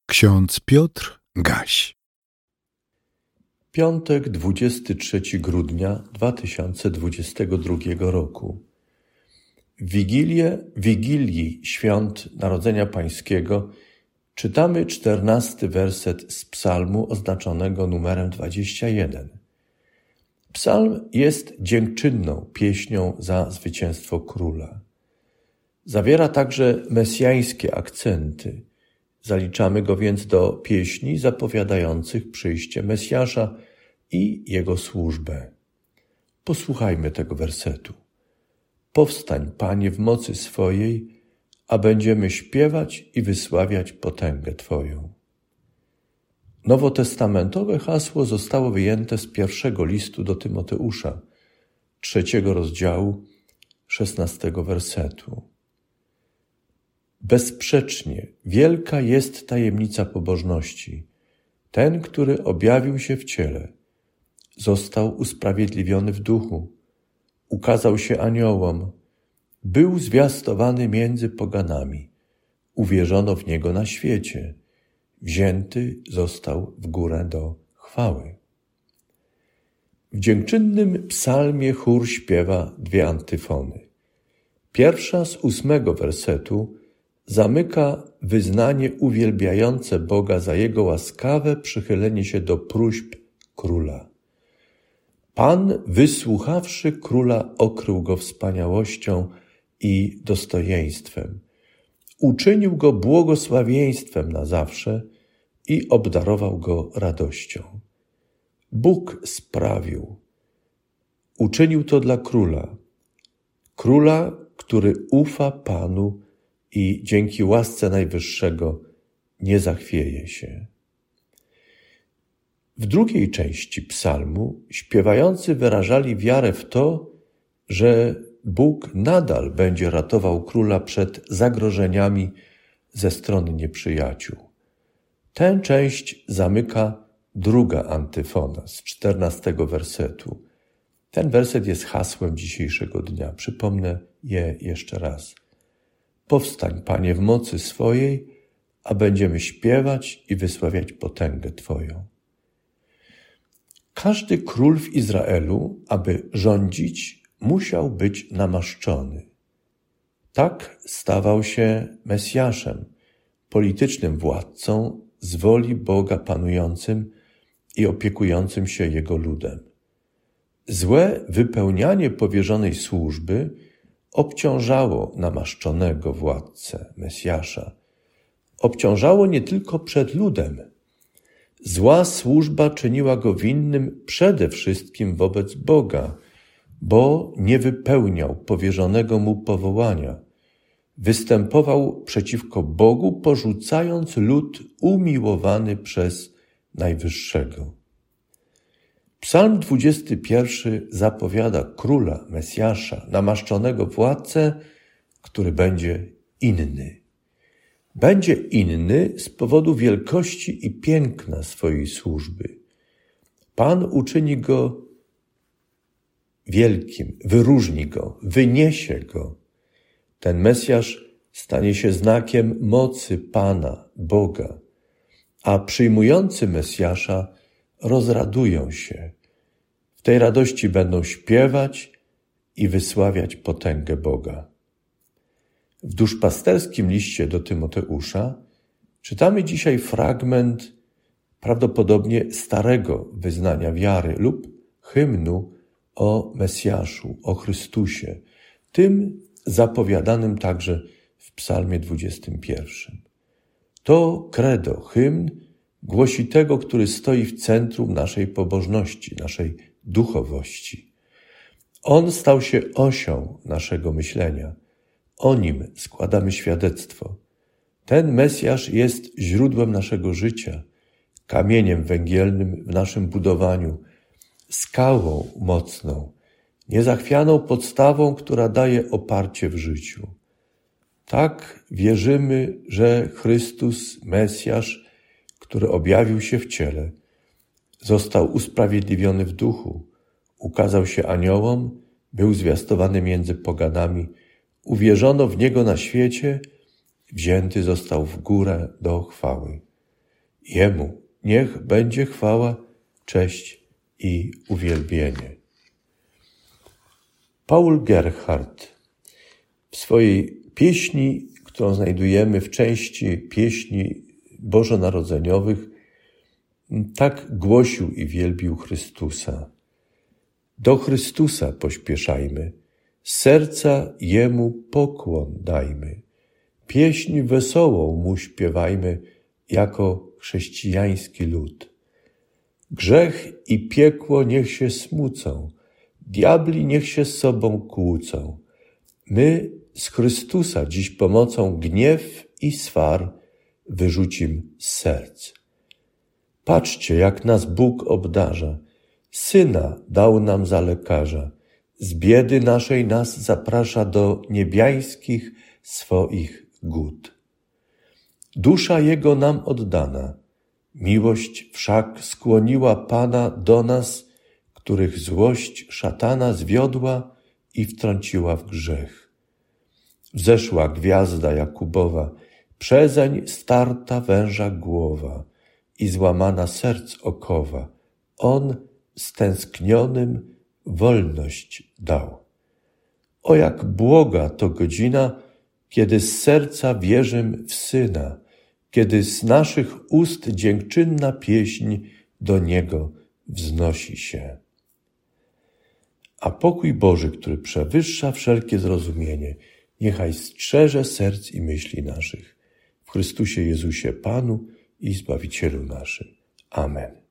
Ksiądz Piotr Gaś. Piątek, 23 grudnia 2022 roku. W Wigilii Świąt Narodzenia Pańskiego czytamy 14 werset z psalmu oznaczonego numerem 21. Psalm jest dziękczynną pieśnią za zwycięstwo króla. Zawiera także mesjańskie akcenty. Zaliczamy go więc do pieśni zapowiadających przyjście Mesjasza i Jego służbę. Posłuchajmy tego wersetu. Powstań, Panie, w mocy swojej, a będziemy śpiewać i wysławiać potęgę Twoją. Nowotestamentowe hasło zostało wyjęte z pierwszego listu do Tymoteusza, 3 rozdziału, 16 wersetu. Bezsprzecznie wielka jest tajemnica pobożności. Ten, który objawił się w ciele, został usprawiedliwiony w duchu, ukazał się aniołom, był zwiastowany między poganami, uwierzono w Niego na świecie, wzięty został w górę do chwały. W dziękczynnym psalmie chór śpiewa dwie antyfony. Pierwsza z 8 wersetu zamyka wyznanie uwielbiające Boga za Jego łaskawe przychylenie się do próśb króla. Pan, wysłuchawszy króla, okrył go wspaniałością i dostojeństwem. Uczynił go błogosławieństwem na zawsze i obdarował go radością. Bóg sprawił. Uczynił to dla króla, który ufa Panu i dzięki łasce Najwyższego nie zachwieje się. W drugiej części psalmu śpiewający wyrażali wiarę w to, że Bóg nadal będzie ratował króla przed zagrożeniami ze strony nieprzyjaciół. Tę część zamyka druga antyfona z 14 wersetu. Ten werset jest hasłem dzisiejszego dnia. Przypomnę je jeszcze raz. Powstań, Panie, w mocy swojej, a będziemy śpiewać i wysławiać potęgę Twoją. Każdy król w Izraelu, aby rządzić, musiał być namaszczony. Tak stawał się Mesjaszem, politycznym władcą z woli Boga panującym i opiekującym się Jego ludem. Złe wypełnianie powierzonej służby obciążało namaszczonego władcę, Mesjasza. Obciążało nie tylko przed ludem. Zła służba czyniła go winnym przede wszystkim wobec Boga, bo nie wypełniał powierzonego mu powołania. Występował przeciwko Bogu, porzucając lud umiłowany przez Najwyższego. Psalm 21 zapowiada króla, Mesjasza, namaszczonego władcę, który będzie inny. Będzie inny z powodu wielkości i piękna swojej służby. Pan uczyni go wielkim, wyróżni go, wyniesie go. Ten Mesjasz stanie się znakiem mocy Pana, Boga, a przyjmujący Mesjasza rozradują się. W tej radości będą śpiewać i wysławiać potęgę Boga. W duszpasterskim liście do Tymoteusza czytamy dzisiaj fragment prawdopodobnie starego wyznania wiary lub hymnu o Mesjaszu, o Chrystusie, tym zapowiadanym także w psalmie 21. To credo, hymn, głosi tego, który stoi w centrum naszej pobożności, naszej duchowości. On stał się osią naszego myślenia. O Nim składamy świadectwo. Ten Mesjasz jest źródłem naszego życia, kamieniem węgielnym w naszym budowaniu, skałą mocną, niezachwianą podstawą, która daje oparcie w życiu. Tak wierzymy, że Chrystus, Mesjasz, który objawił się w ciele, został usprawiedliwiony w duchu, ukazał się aniołom, był zwiastowany między poganami, uwierzono w Niego na świecie, wzięty został w górę do chwały. Jemu niech będzie chwała, cześć i uwielbienie. Paul Gerhardt w swojej pieśni, którą znajdujemy w części pieśni bożonarodzeniowych, tak głosił i wielbił Chrystusa. Do Chrystusa pośpieszajmy, z serca Jemu pokłon dajmy. Pieśń wesołą Mu śpiewajmy, jako chrześcijański lud. Grzech i piekło niech się smucą, diabli niech się z sobą kłócą. My z Chrystusa dziś pomocą gniew i swar wyrzucim z serc. Patrzcie, jak nas Bóg obdarza. Syna dał nam za lekarza. Z biedy naszej nas zaprasza do niebiańskich swoich gód. Dusza Jego nam oddana. Miłość wszak skłoniła Pana do nas, których złość szatana zwiodła i wtrąciła w grzech. Wzeszła gwiazda Jakubowa, przezeń starta węża głowa i złamana serc okowa. On stęsknionym wolność dał. O jak błoga to godzina, kiedy z serca wierzę w Syna, kiedy z naszych ust dziękczynna pieśń do Niego wznosi się. A pokój Boży, który przewyższa wszelkie zrozumienie, niechaj strzeże serc i myśli naszych. W Chrystusie Jezusie Panu i Zbawicielu naszym. Amen.